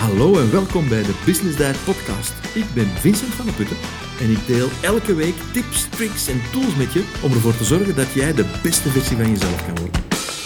Hallo en welkom bij de Business Diet podcast. Ik ben Vincent van der Putten en ik deel elke week tips, tricks en tools met je om ervoor te zorgen dat jij de beste versie van jezelf kan worden.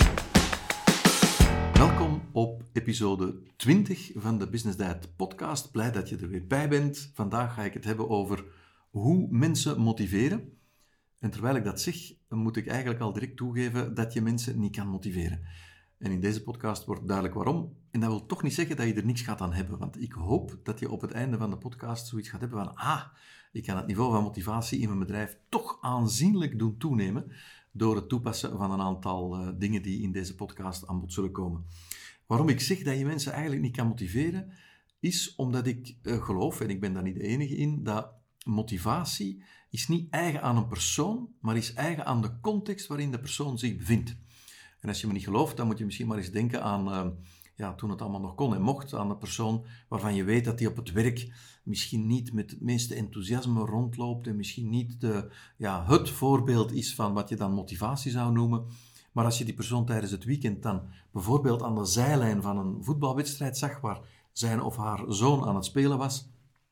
Welkom op episode 20 van de Business Diet podcast. Blij dat je er weer bij bent. Vandaag ga ik het hebben over hoe mensen motiveren. En terwijl ik dat zeg, moet ik eigenlijk al direct toegeven dat je mensen niet kan motiveren. En in deze podcast wordt duidelijk waarom. En dat wil toch niet zeggen dat je er niks gaat aan hebben. Want ik hoop dat je op het einde van de podcast zoiets gaat hebben van ik kan het niveau van motivatie in mijn bedrijf toch aanzienlijk doen toenemen door het toepassen van een aantal dingen die in deze podcast aan bod zullen komen. Waarom ik zeg dat je mensen eigenlijk niet kan motiveren, is omdat ik geloof, en ik ben daar niet de enige in, dat motivatie is niet eigen aan een persoon, maar is eigen aan de context waarin de persoon zich bevindt. En als je me niet gelooft, dan moet je misschien maar eens denken aan, toen het allemaal nog kon en mocht, aan een persoon waarvan je weet dat die op het werk misschien niet met het meeste enthousiasme rondloopt en misschien niet het voorbeeld is van wat je dan motivatie zou noemen. Maar als je die persoon tijdens het weekend dan bijvoorbeeld aan de zijlijn van een voetbalwedstrijd zag waar zijn of haar zoon aan het spelen was,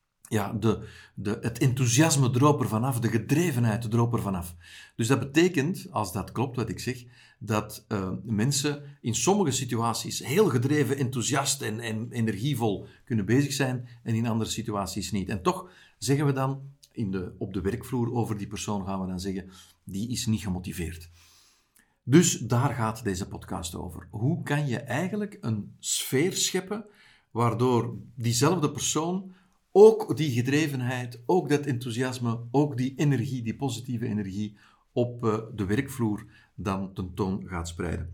het enthousiasme droop er vanaf, de gedrevenheid droop er vanaf. Dus dat betekent, als dat klopt wat ik zeg, dat mensen in sommige situaties heel gedreven, enthousiast en energievol kunnen bezig zijn en in andere situaties niet. En toch zeggen we dan, op de werkvloer over die persoon gaan we dan zeggen, die is niet gemotiveerd. Dus daar gaat deze podcast over. Hoe kan je eigenlijk een sfeer scheppen waardoor diezelfde persoon ook die gedrevenheid, ook dat enthousiasme, ook die energie, die positieve energie op de werkvloer dan tentoon gaat spreiden.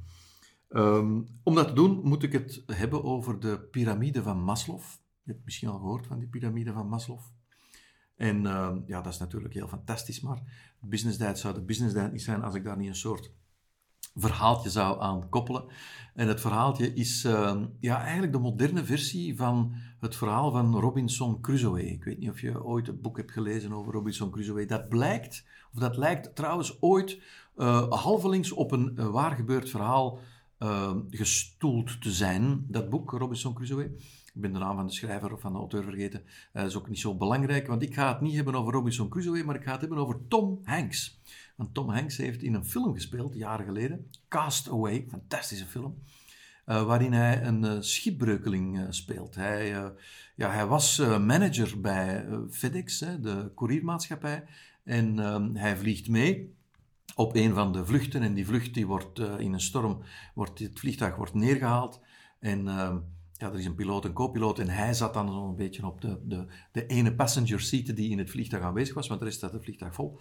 Om dat te doen moet ik het hebben over de piramide van Maslow. Je hebt misschien al gehoord van die piramide van Maslow. En dat is natuurlijk heel fantastisch, maar Business Diet zou de Business Diet niet zijn als ik daar niet een soort verhaaltje zou aan koppelen. En het verhaaltje is eigenlijk de moderne versie van het verhaal van Robinson Crusoe. Ik weet niet of je ooit een boek hebt gelezen over Robinson Crusoe. Dat lijkt trouwens ooit halvelings op een waar gebeurd verhaal gestoeld te zijn. Dat boek, Robinson Crusoe. Ik ben de naam van de schrijver of van de auteur vergeten. Dat is ook niet zo belangrijk, want ik ga het niet hebben over Robinson Crusoe, maar ik ga het hebben over Tom Hanks. Want Tom Hanks heeft in een film gespeeld, jaren geleden, Cast Away, fantastische film, waarin hij een schipbreukeling speelt. Hij was manager bij FedEx, de couriermaatschappij, en hij vliegt mee op een van de vluchten. En die vlucht die wordt in een storm, het vliegtuig wordt neergehaald en er is een piloot, een co-piloot en hij zat dan zo'n beetje op de ene passenger seat die in het vliegtuig aanwezig was, want de rest staat het vliegtuig vol.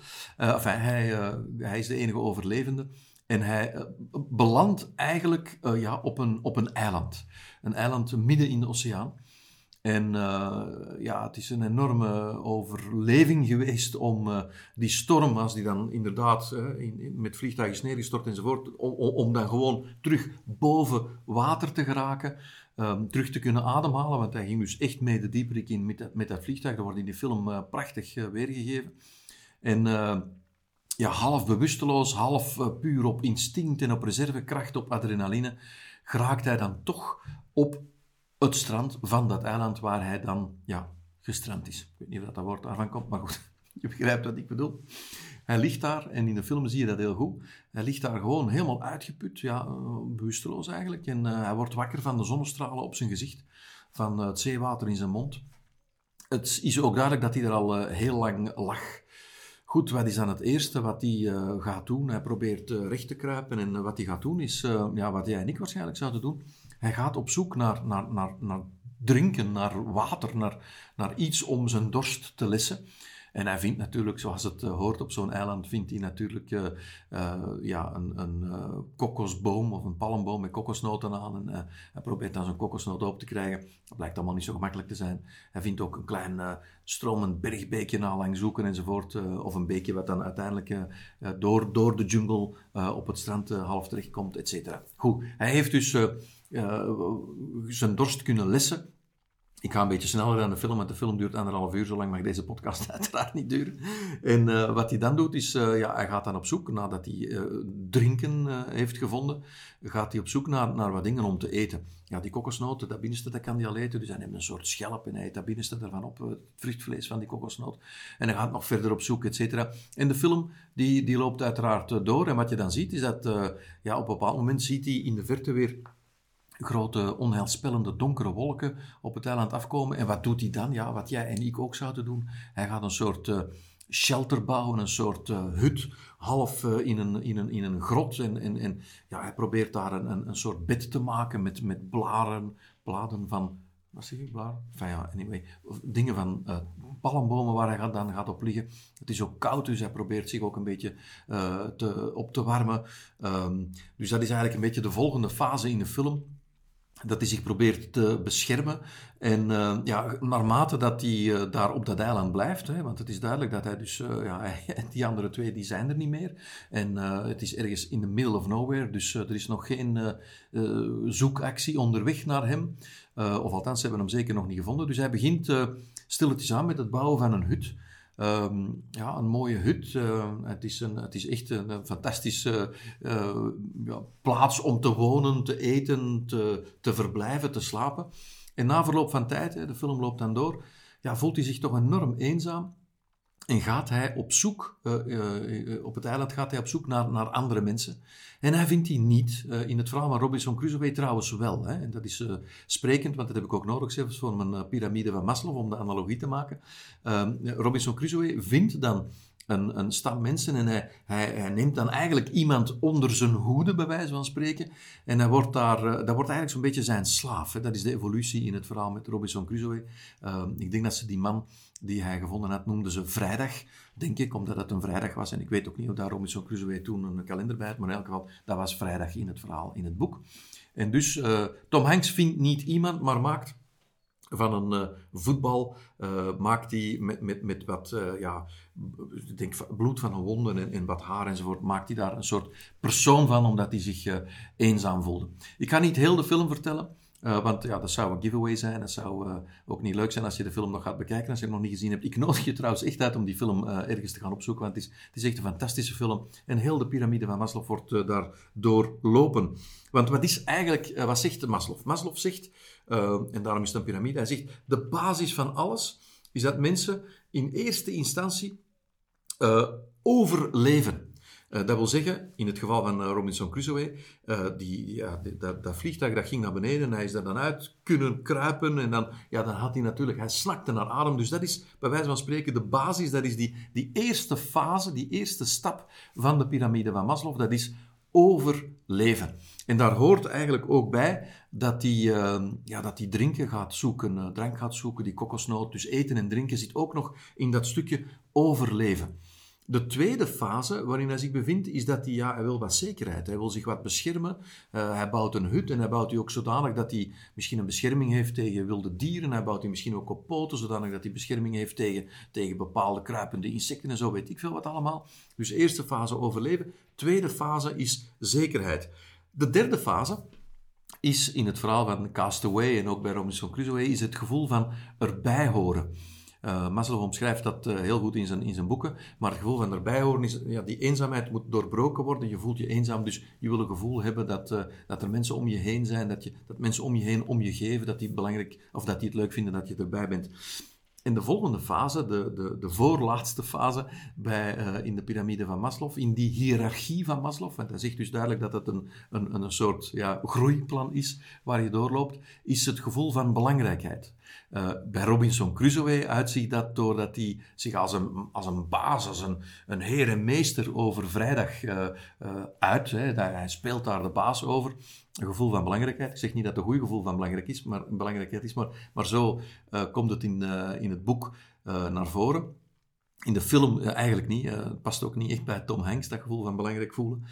Hij is de enige overlevende en hij belandt eigenlijk op een eiland. Een eiland midden in de oceaan. En het is een enorme overleving geweest om die storm, als die dan inderdaad met vliegtuig is neergestort enzovoort, om dan gewoon terug boven water te geraken, terug te kunnen ademhalen, want hij ging dus echt mee de dieperik in met dat vliegtuig. Dat wordt in die film prachtig weergegeven. En half bewusteloos, half puur op instinct en op reservekracht, op adrenaline, geraakt hij dan toch op het strand van dat eiland waar hij dan gestrand is. Ik weet niet of dat woord daarvan komt, maar goed, je begrijpt wat ik bedoel. Hij ligt daar, en in de film zie je dat heel goed, hij ligt daar gewoon helemaal uitgeput, bewusteloos eigenlijk, en hij wordt wakker van de zonnestralen op zijn gezicht, van het zeewater in zijn mond. Het is ook duidelijk dat hij er al heel lang lag. Goed, wat is dan het eerste wat hij gaat doen? Hij probeert recht te kruipen en wat hij gaat doen is wat jij en ik waarschijnlijk zouden doen. Hij gaat op zoek naar drinken, naar water, naar iets om zijn dorst te lessen. En hij vindt natuurlijk, zoals het hoort op zo'n eiland, vindt hij natuurlijk een kokosboom of een palmboom met kokosnoten aan. En hij probeert dan zo'n kokosnoot open te krijgen. Dat blijkt allemaal niet zo gemakkelijk te zijn. Hij vindt ook een klein stromend bergbeekje na lang zoeken enzovoort. Of een beekje wat dan uiteindelijk door de jungle op het strand half terecht komt, et cetera. Goed, hij heeft dus zijn dorst kunnen lessen. Ik ga een beetje sneller dan de film, want de film duurt 1,5 uur. Zo lang mag deze podcast uiteraard niet duren. En wat hij dan doet, is... hij gaat dan op zoek, nadat hij drinken heeft gevonden, gaat hij op zoek naar wat dingen om te eten. Ja, die kokosnoten, dat binnenste, dat kan hij al eten. Dus hij neemt een soort schelp en hij eet dat binnenste ervan op. Het vruchtvlees van die kokosnoot. En hij gaat nog verder op zoek, et cetera. En de film, die loopt uiteraard door. En wat je dan ziet, is dat... op een bepaald moment ziet hij in de verte weer... grote, onheilspellende, donkere wolken op het eiland afkomen. En wat doet hij dan? Ja, wat jij en ik ook zouden doen. Hij gaat een soort shelter bouwen, een soort hut, half in een grot. En hij probeert daar een soort bed te maken met bladen van... Wat zeg ik, bladen? Enfin ja, anyway. Dingen van palmbomen waar hij dan gaat op liggen. Het is ook koud, dus hij probeert zich ook een beetje op te warmen. Dus dat is eigenlijk een beetje de volgende fase in de film. Dat hij zich probeert te beschermen. En naarmate dat hij daar op dat eiland blijft, want het is duidelijk dat hij dus... die andere twee die zijn er niet meer. En het is ergens in the middle of nowhere, dus er is nog geen zoekactie onderweg naar hem. Of althans, ze hebben hem zeker nog niet gevonden. Dus hij begint stilletjes aan met het bouwen van een hut. Een mooie hut. Het is echt een fantastische plaats om te wonen, te eten, te verblijven, te slapen. En na verloop van tijd, de film loopt dan door, voelt hij zich toch enorm eenzaam. En gaat hij op zoek, op het eiland gaat hij op zoek naar andere mensen. En hij vindt die niet. In het verhaal van Robinson Crusoe trouwens wel. Hè. En dat is sprekend, want dat heb ik ook nodig zelfs voor mijn piramide van Maslow, om de analogie te maken. Robinson Crusoe vindt dan een stam mensen en hij neemt dan eigenlijk iemand onder zijn hoede, bij wijze van spreken. En dat wordt eigenlijk zo'n beetje zijn slaaf. Hè. Dat is de evolutie in het verhaal met Robinson Crusoe. Ik denk dat ze die man die hij gevonden had, noemden ze Vrijdag, denk ik, omdat het een vrijdag was. En ik weet ook niet of daar Robinson Crusoe toen een kalender bij had, maar in elk geval, dat was vrijdag in het verhaal, in het boek. En dus, Tom Hanks vindt niet iemand, maar maakt van een voetbal, maakt hij met wat, ik denk bloed van een wonden en wat haar enzovoort, maakt hij daar een soort persoon van, omdat hij zich eenzaam voelde. Ik ga niet heel de film vertellen, want dat zou een giveaway zijn. Dat zou ook niet leuk zijn als je de film nog gaat bekijken, als je hem nog niet gezien hebt. Ik nodig je trouwens echt uit om die film ergens te gaan opzoeken, want het is echt een fantastische film. En heel de piramide van Maslow wordt daar doorlopen. Want wat zegt Maslow? Maslow zegt, en daarom is het een piramide, hij zegt, de basis van alles is dat mensen in eerste instantie overleven. Dat wil zeggen, in het geval van Robinson Crusoe, dat vliegtuig dat ging naar beneden en hij is daar dan uit kunnen kruipen en dan had hij natuurlijk, hij snakte naar adem. Dus dat is bij wijze van spreken de basis, dat is die eerste fase, die eerste stap van de piramide van Maslow, dat is overleven. En daar hoort eigenlijk ook bij dat hij drinken gaat zoeken, drank gaat zoeken, die kokosnoot, dus eten en drinken zit ook nog in dat stukje overleven. De tweede fase waarin hij zich bevindt, is dat hij wil wat zekerheid. Hij wil zich wat beschermen. Hij bouwt een hut en hij bouwt die ook zodanig dat hij misschien een bescherming heeft tegen wilde dieren. Hij bouwt die misschien ook op poten, zodanig dat hij bescherming heeft tegen bepaalde kruipende insecten en zo, weet ik veel wat allemaal. Dus eerste fase overleven. Tweede fase is zekerheid. De derde fase is in het verhaal van Castaway en ook bij Robinson Crusoe is het gevoel van erbij horen. Maslow omschrijft dat heel goed in zijn boeken, maar het gevoel van erbij horen is, die eenzaamheid moet doorbroken worden, je voelt je eenzaam, dus je wil een gevoel hebben dat er mensen om je heen zijn, dat mensen om je heen om je geven, dat die belangrijk, of dat die het leuk vinden dat je erbij bent. En de volgende fase, de voorlaatste fase in de piramide van Maslow, in die hiërarchie van Maslow, want hij zegt dus duidelijk dat het een soort groeiplan is waar je doorloopt, is het gevoel van belangrijkheid. Bij Robinson Crusoe uitziet dat doordat hij zich als een baas, als een heer en meester over Vrijdag uit. Hij speelt daar de baas over. Een gevoel van belangrijkheid. Ik zeg niet dat het een goed gevoel van belangrijkheid is, maar zo komt het in het boek naar voren. In de film eigenlijk niet. Het past ook niet echt bij Tom Hanks, dat gevoel van belangrijk voelen.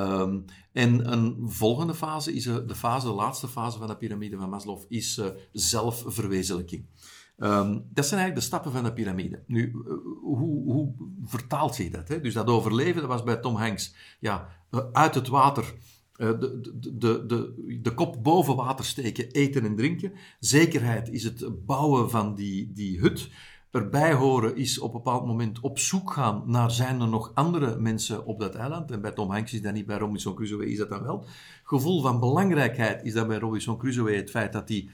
En een volgende fase is de laatste fase van de piramide van Maslow, is zelfverwezenlijking. Dat zijn eigenlijk de stappen van de piramide. Nu, hoe vertaalt zich dat? Hè? Dus dat overleven, dat was bij Tom Hanks uit het water de kop boven water steken, eten en drinken. Zekerheid is het bouwen van die hut. Erbij horen is op een bepaald moment op zoek gaan naar zijn er nog andere mensen op dat eiland. En bij Tom Hanks is dat niet, bij Robinson Crusoe is dat dan wel. Gevoel van belangrijkheid is dat bij Robinson Crusoe het feit dat hij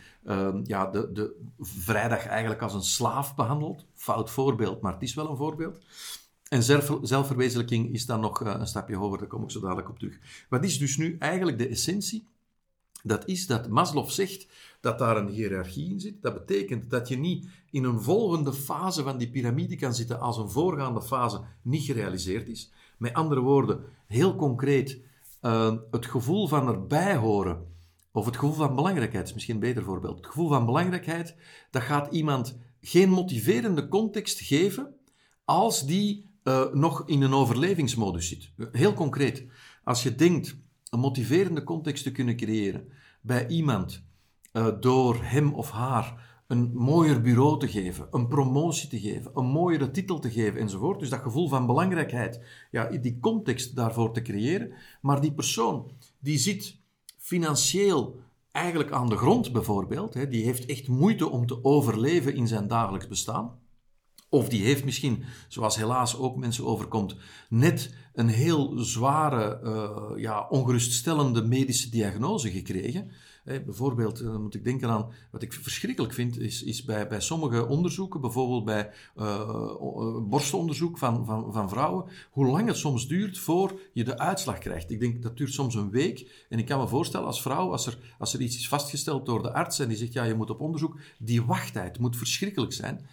de vrijdag eigenlijk als een slaaf behandelt. Fout voorbeeld, maar het is wel een voorbeeld. En zelfverwezenlijking is dan nog een stapje hoger, daar kom ik zo dadelijk op terug. Wat is dus nu eigenlijk de essentie? Dat is dat Maslow zegt dat daar een hiërarchie in zit. Dat betekent dat je niet in een volgende fase van die piramide kan zitten als een voorgaande fase niet gerealiseerd is. Met andere woorden, heel concreet, het gevoel van erbij horen, of het gevoel van belangrijkheid is misschien een beter voorbeeld. Het gevoel van belangrijkheid, dat gaat iemand geen motiverende context geven als die nog in een overlevingsmodus zit. Heel concreet, als je denkt een motiverende context te kunnen creëren bij iemand door hem of haar een mooier bureau te geven, een promotie te geven, een mooiere titel te geven enzovoort. Dus dat gevoel van belangrijkheid, ja, die context daarvoor te creëren. Maar die persoon die zit financieel eigenlijk aan de grond bijvoorbeeld, hè, die heeft echt moeite om te overleven in zijn dagelijks bestaan. Of die heeft misschien, zoals helaas ook mensen overkomt, net een heel zware, ongeruststellende medische diagnose gekregen. Bijvoorbeeld, dan moet ik denken aan, wat ik verschrikkelijk vind, is bij sommige onderzoeken, bijvoorbeeld bij borstonderzoek van vrouwen, hoe lang het soms duurt voor je de uitslag krijgt. Ik denk, dat duurt soms een week. En ik kan me voorstellen als vrouw, als er iets is vastgesteld door de arts en die zegt, ja, je moet op onderzoek, die wachttijd moet verschrikkelijk zijn.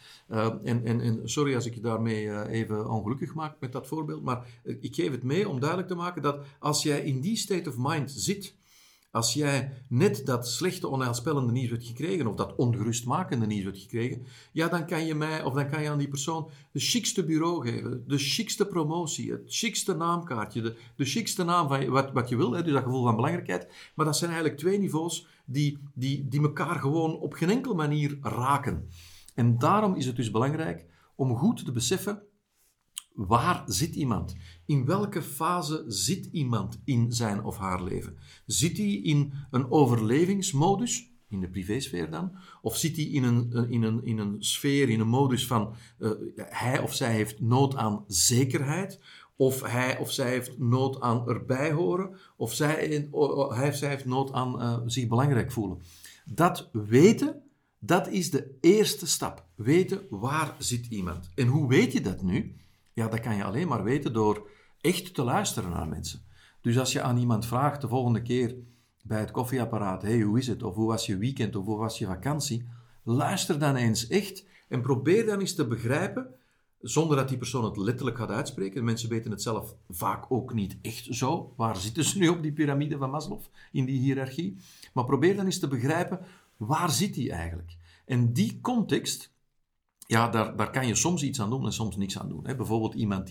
En sorry als ik je daarmee even ongelukkig maak met dat voorbeeld, maar ik geef het mee om duidelijk te maken dat als jij in die state of mind zit, als jij net dat slechte, onheilspellende nieuws hebt gekregen, of dat ongerustmakende nieuws hebt gekregen, ja, dan kan je mij, of dan kan je aan die persoon de chicste bureau geven, de chicste promotie, het chicste naamkaartje, de chicste naam van wat je wil, hè, dus dat gevoel van belangrijkheid. Maar dat zijn eigenlijk twee niveaus die elkaar gewoon op geen enkele manier raken. En daarom is het dus belangrijk om goed te beseffen, waar zit iemand? In welke fase zit iemand in zijn of haar leven? Zit hij in een overlevingsmodus, in de privésfeer dan? Of zit hij in een sfeer, in een modus van hij of zij heeft nood aan zekerheid? Of hij of zij heeft nood aan erbij horen? Of hij of zij heeft nood aan zich belangrijk voelen? Dat weten, dat is de eerste stap. Weten, waar zit iemand? En hoe weet je dat nu? Ja, dat kan je alleen maar weten door echt te luisteren naar mensen. Dus als je aan iemand vraagt de volgende keer bij het koffieapparaat, hey, hoe is het? Of hoe was je weekend? Of hoe was je vakantie? Luister dan eens echt en probeer dan eens te begrijpen, zonder dat die persoon het letterlijk gaat uitspreken. Mensen weten het zelf vaak ook niet echt zo. Waar zitten ze nu op die piramide van Maslow, in die hiërarchie? Maar probeer dan eens te begrijpen, waar zit die eigenlijk? En die context, ja, daar kan je soms iets aan doen en soms niks aan doen. Bijvoorbeeld iemand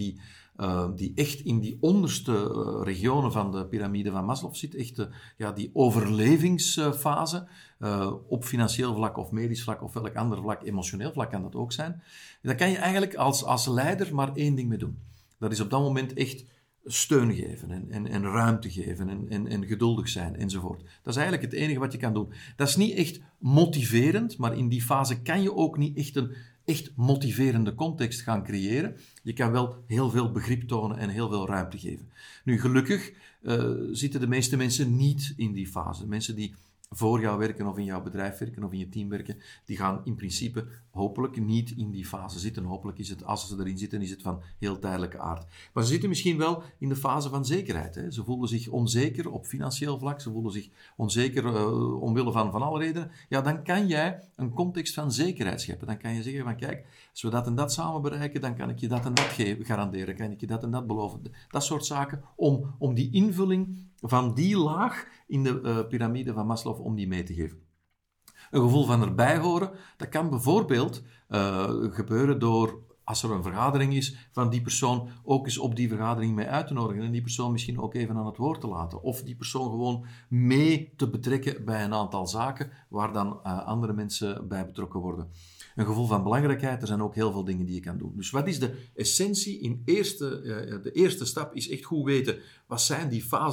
die echt in die onderste regionen van de piramide van Maslow zit, echt die overlevingsfase, op financieel vlak of medisch vlak of welk ander vlak, emotioneel vlak kan dat ook zijn. Daar kan je eigenlijk als leider maar één ding mee doen. Dat is op dat moment echt steun geven en ruimte geven en geduldig zijn enzovoort. Dat is eigenlijk het enige wat je kan doen. Dat is niet echt motiverend, maar in die fase kan je ook niet echt een echt motiverende context gaan creëren. Je kan wel heel veel begrip tonen en heel veel ruimte geven. Nu, gelukkig zitten de meeste mensen niet in die fase. Mensen die voor jou werken of in jouw bedrijf werken of in je team werken, die gaan in principe hopelijk niet in die fase zitten. Hopelijk is het, als ze erin zitten, is het van heel tijdelijke aard. Maar ze zitten misschien wel in de fase van zekerheid. Hè. Ze voelen zich onzeker op financieel vlak, ze voelen zich onzeker omwille van alle redenen. Ja, dan kan jij een context van zekerheid scheppen. Dan kan je zeggen van kijk, als we dat en dat samen bereiken, dan kan ik je dat en dat garanderen, kan ik je dat en dat beloven. Dat soort zaken om die invulling van die laag in de piramide van Maslow, om die mee te geven. Een gevoel van erbij horen, dat kan bijvoorbeeld gebeuren door, als er een vergadering is, van die persoon ook eens op die vergadering mee uit te nodigen en die persoon misschien ook even aan het woord te laten. Of die persoon gewoon mee te betrekken bij een aantal zaken waar dan andere mensen bij betrokken worden. Een gevoel van belangrijkheid, er zijn ook heel veel dingen die je kan doen. Dus wat is de essentie? De eerste stap is echt goed weten, wat zijn die fases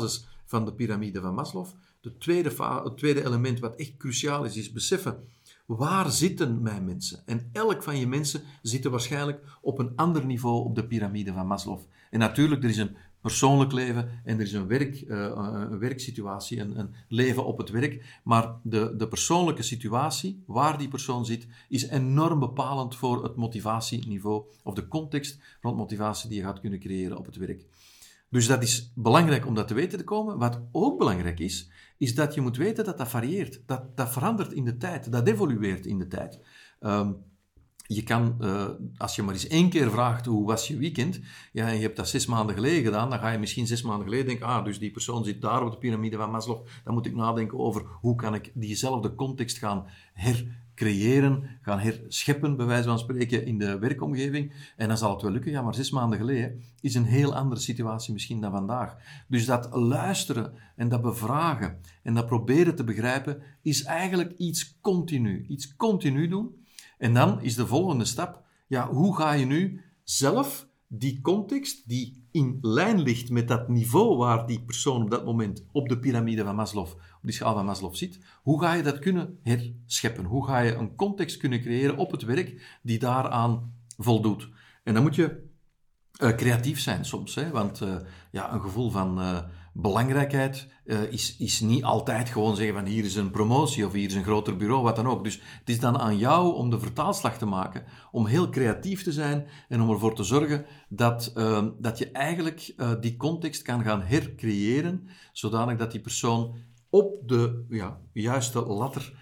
van de piramide van Maslow. Het tweede element wat echt cruciaal is beseffen, waar zitten mijn mensen? En elk van je mensen zitten waarschijnlijk op een ander niveau op de piramide van Maslow. En natuurlijk, er is een persoonlijk leven en er is een werksituatie, een leven op het werk. Maar de persoonlijke situatie, waar die persoon zit, is enorm bepalend voor het motivatieniveau of de context rond motivatie die je gaat kunnen creëren op het werk. Dus dat is belangrijk om dat te weten te komen. Wat ook belangrijk is dat je moet weten dat dat varieert. Dat verandert in de tijd. Dat evolueert in de tijd. Je kan, als je maar eens 1 keer vraagt hoe was je weekend, ja, en je hebt dat 6 maanden geleden gedaan, dan ga je misschien 6 maanden geleden denken, dus die persoon zit daar op de piramide van Maslow, dan moet ik nadenken over hoe kan ik diezelfde context gaan hercreëren, gaan herscheppen, bij wijze van spreken, in de werkomgeving. En dan zal het wel lukken, ja, maar 6 maanden geleden is een heel andere situatie misschien dan vandaag. Dus dat luisteren en dat bevragen en dat proberen te begrijpen, is eigenlijk iets continu doen. En dan is de volgende stap, ja, hoe ga je nu zelf die context die in lijn ligt met dat niveau waar die persoon op dat moment op de piramide van Maslow, op die schaal van Maslow zit, hoe ga je dat kunnen herscheppen? Hoe ga je een context kunnen creëren op het werk die daaraan voldoet? En dan moet je creatief zijn soms, hè? Want een gevoel van belangrijkheid is niet altijd gewoon zeggen van hier is een promotie of hier is een groter bureau, wat dan ook. Dus het is dan aan jou om de vertaalslag te maken, om heel creatief te zijn en om ervoor te zorgen dat je eigenlijk die context kan gaan hercreëren, zodanig dat die persoon op de juiste ladder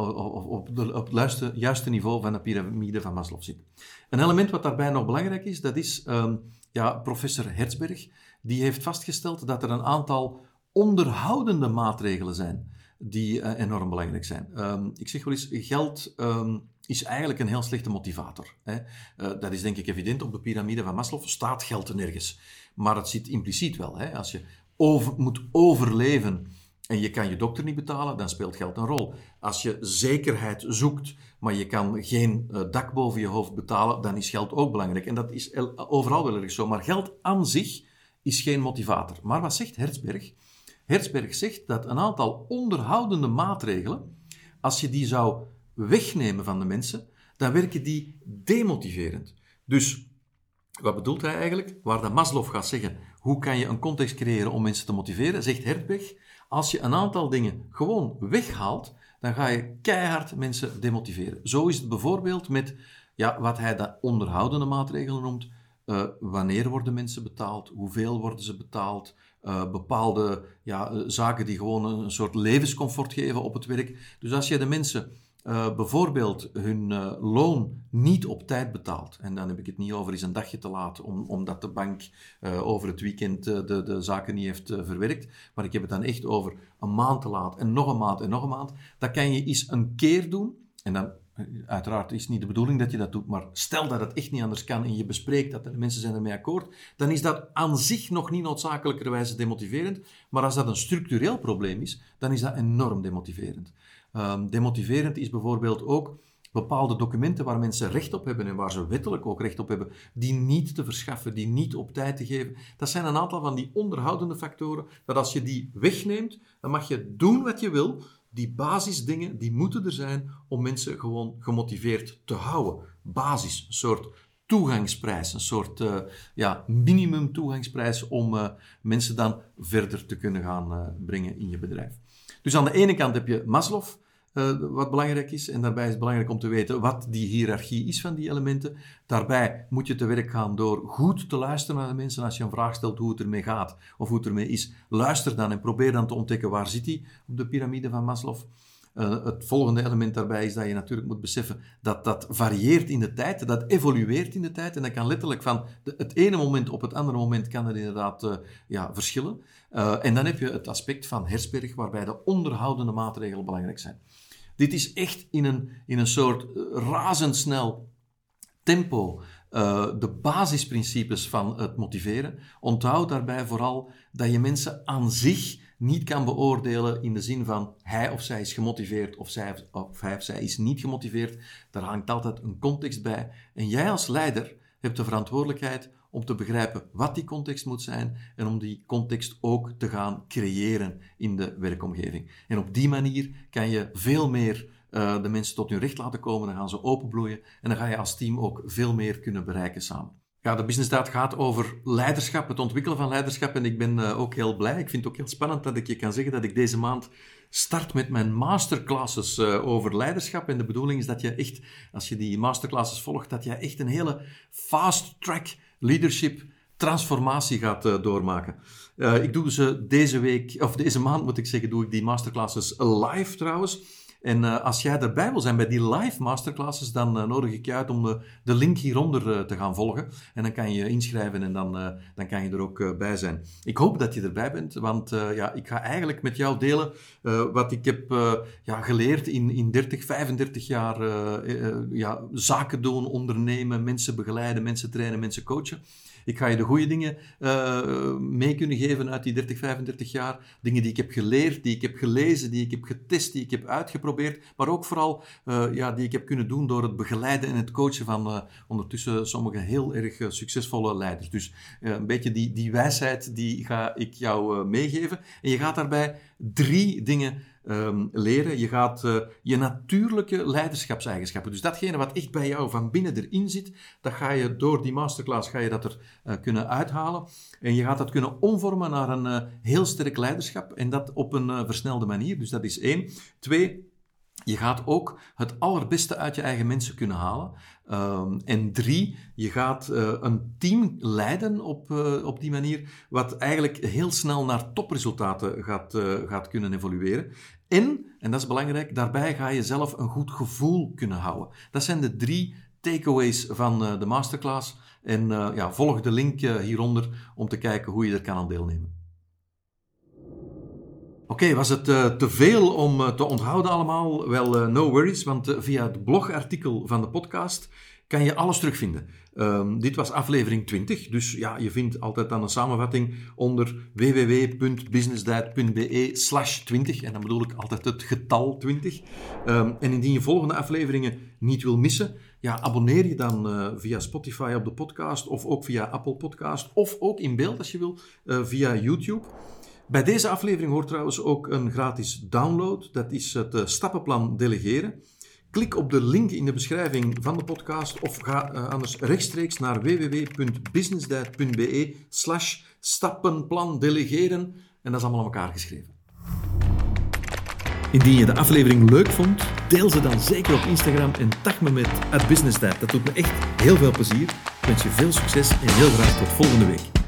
op het juiste niveau van de piramide van Maslow zit. Een element wat daarbij nog belangrijk is, dat is professor Herzberg. Die heeft vastgesteld dat er een aantal onderhoudende maatregelen zijn die enorm belangrijk zijn. Ik zeg wel eens, geld is eigenlijk een heel slechte motivator. Hè. Dat is denk ik evident. Op de piramide van Maslow staat geld nergens. Maar het zit impliciet wel. Hè. Als je moet overleven en je kan je dokter niet betalen, dan speelt geld een rol. Als je zekerheid zoekt, maar je kan geen dak boven je hoofd betalen, dan is geld ook belangrijk. En dat is overal wel erg zo. Maar geld aan zich is geen motivator. Maar wat zegt Herzberg? Herzberg zegt dat een aantal onderhoudende maatregelen, als je die zou wegnemen van de mensen, dan werken die demotiverend. Dus wat bedoelt hij eigenlijk? Waar dat Maslow gaat zeggen, hoe kan je een context creëren om mensen te motiveren, zegt Herzberg, als je een aantal dingen gewoon weghaalt, dan ga je keihard mensen demotiveren. Zo is het bijvoorbeeld met wat hij de onderhoudende maatregelen noemt. Wanneer worden mensen betaald? Hoeveel worden ze betaald? Bepaalde zaken die gewoon een soort levenscomfort geven op het werk. Dus als je de mensen bijvoorbeeld hun loon niet op tijd betaalt, en dan heb ik het niet over eens een dagje te laat, omdat de bank over het weekend de zaken niet heeft verwerkt, maar ik heb het dan echt over een maand te laat en nog een maand en nog een maand, dat kan je eens een keer doen, en dan uiteraard is het niet de bedoeling dat je dat doet, maar stel dat het echt niet anders kan en je bespreekt dat de mensen zijn ermee akkoord, dan is dat aan zich nog niet noodzakelijkerwijze demotiverend, maar als dat een structureel probleem is, dan is dat enorm demotiverend. Demotiverend is bijvoorbeeld ook bepaalde documenten waar mensen recht op hebben en waar ze wettelijk ook recht op hebben, die niet te verschaffen, die niet op tijd te geven. Dat zijn een aantal van die onderhoudende factoren, dat als je die wegneemt, dan mag je doen wat je wil. Die basisdingen, die moeten er zijn om mensen gewoon gemotiveerd te houden. Basis, een soort toegangsprijs, een soort minimum toegangsprijs om mensen dan verder te kunnen gaan brengen in je bedrijf. Dus aan de ene kant heb je Maslow, wat belangrijk is, en daarbij is het belangrijk om te weten wat die hiërarchie is van die elementen. Daarbij moet je te werk gaan door goed te luisteren naar de mensen. Als je een vraag stelt hoe het ermee gaat of hoe het ermee is, luister dan en probeer dan te ontdekken waar zit hij op de piramide van Maslow. Het volgende element daarbij is dat je natuurlijk moet beseffen dat dat varieert in de tijd, dat evolueert in de tijd en dat kan letterlijk van het ene moment op het andere moment kan het inderdaad verschillen. En dan heb je het aspect van Herzberg waarbij de onderhoudende maatregelen belangrijk zijn. Dit is echt in een soort razendsnel tempo de basisprincipes van het motiveren. Onthoud daarbij vooral dat je mensen aan zich niet kan beoordelen in de zin van hij of zij is gemotiveerd of hij of zij is niet gemotiveerd. Daar hangt altijd een context bij. En jij als leider Je hebt de verantwoordelijkheid om te begrijpen wat die context moet zijn en om die context ook te gaan creëren in de werkomgeving. En op die manier kan je veel meer de mensen tot hun recht laten komen, dan gaan ze openbloeien en dan ga je als team ook veel meer kunnen bereiken samen. Ja, de Business Diet gaat over leiderschap, het ontwikkelen van leiderschap en ik ben ook heel blij. Ik vind het ook heel spannend dat ik je kan zeggen dat ik deze maand start met mijn masterclasses over leiderschap. En de bedoeling is dat je echt, als je die masterclasses volgt, dat je echt een hele fast-track leadership transformatie gaat doormaken. Ik doe ze deze maand moet ik zeggen, doe ik die masterclasses live trouwens. En als jij erbij wil zijn bij die live masterclasses, dan nodig ik je uit om de link hieronder te gaan volgen. En dan kan je je inschrijven en dan kan je er ook bij zijn. Ik hoop dat je erbij bent, want ik ga eigenlijk met jou delen wat ik heb geleerd in 30, 35 jaar zaken doen, ondernemen, mensen begeleiden, mensen trainen, mensen coachen. Ik ga je de goede dingen mee kunnen geven uit die 30, 35 jaar. Dingen die ik heb geleerd, die ik heb gelezen, die ik heb getest, die ik heb uitgeprobeerd. Maar ook vooral die ik heb kunnen doen door het begeleiden en het coachen van ondertussen sommige heel erg succesvolle leiders. Dus een beetje die wijsheid die ga ik jou meegeven. En je gaat daarbij 3 dingen leren. Je gaat je natuurlijke leiderschapseigenschappen, dus datgene wat echt bij jou van binnen erin zit, dat ga je door die masterclass er kunnen uithalen. En je gaat dat kunnen omvormen naar een heel sterk leiderschap en dat op een versnelde manier. Dus dat is 1. 2, je gaat ook het allerbeste uit je eigen mensen kunnen halen. En 3, je gaat een team leiden op die manier, wat eigenlijk heel snel naar topresultaten gaat kunnen evolueren. En dat is belangrijk, daarbij ga je zelf een goed gevoel kunnen houden. Dat zijn de 3 takeaways van de masterclass. En volg de link hieronder om te kijken hoe je er kan aan deelnemen. Oké, was het te veel om te onthouden allemaal? Wel, no worries, want via het blogartikel van de podcast kan je alles terugvinden. Dit was aflevering 20, dus je vindt altijd dan een samenvatting onder www.businessdiet.be/20 en dan bedoel ik altijd het getal 20. En indien je volgende afleveringen niet wil missen, abonneer je dan via Spotify op de podcast of ook via Apple Podcast of ook in beeld als je wil via YouTube. Bij deze aflevering hoort trouwens ook een gratis download. Dat is het stappenplan delegeren. Klik op de link in de beschrijving van de podcast of ga anders rechtstreeks naar www.businessdiet.be/stappenplan delegeren. En dat is allemaal aan elkaar geschreven. Indien je de aflevering leuk vond, deel ze dan zeker op Instagram en tag me met @businessdiet. Dat doet me echt heel veel plezier. Ik wens je veel succes en heel graag tot volgende week.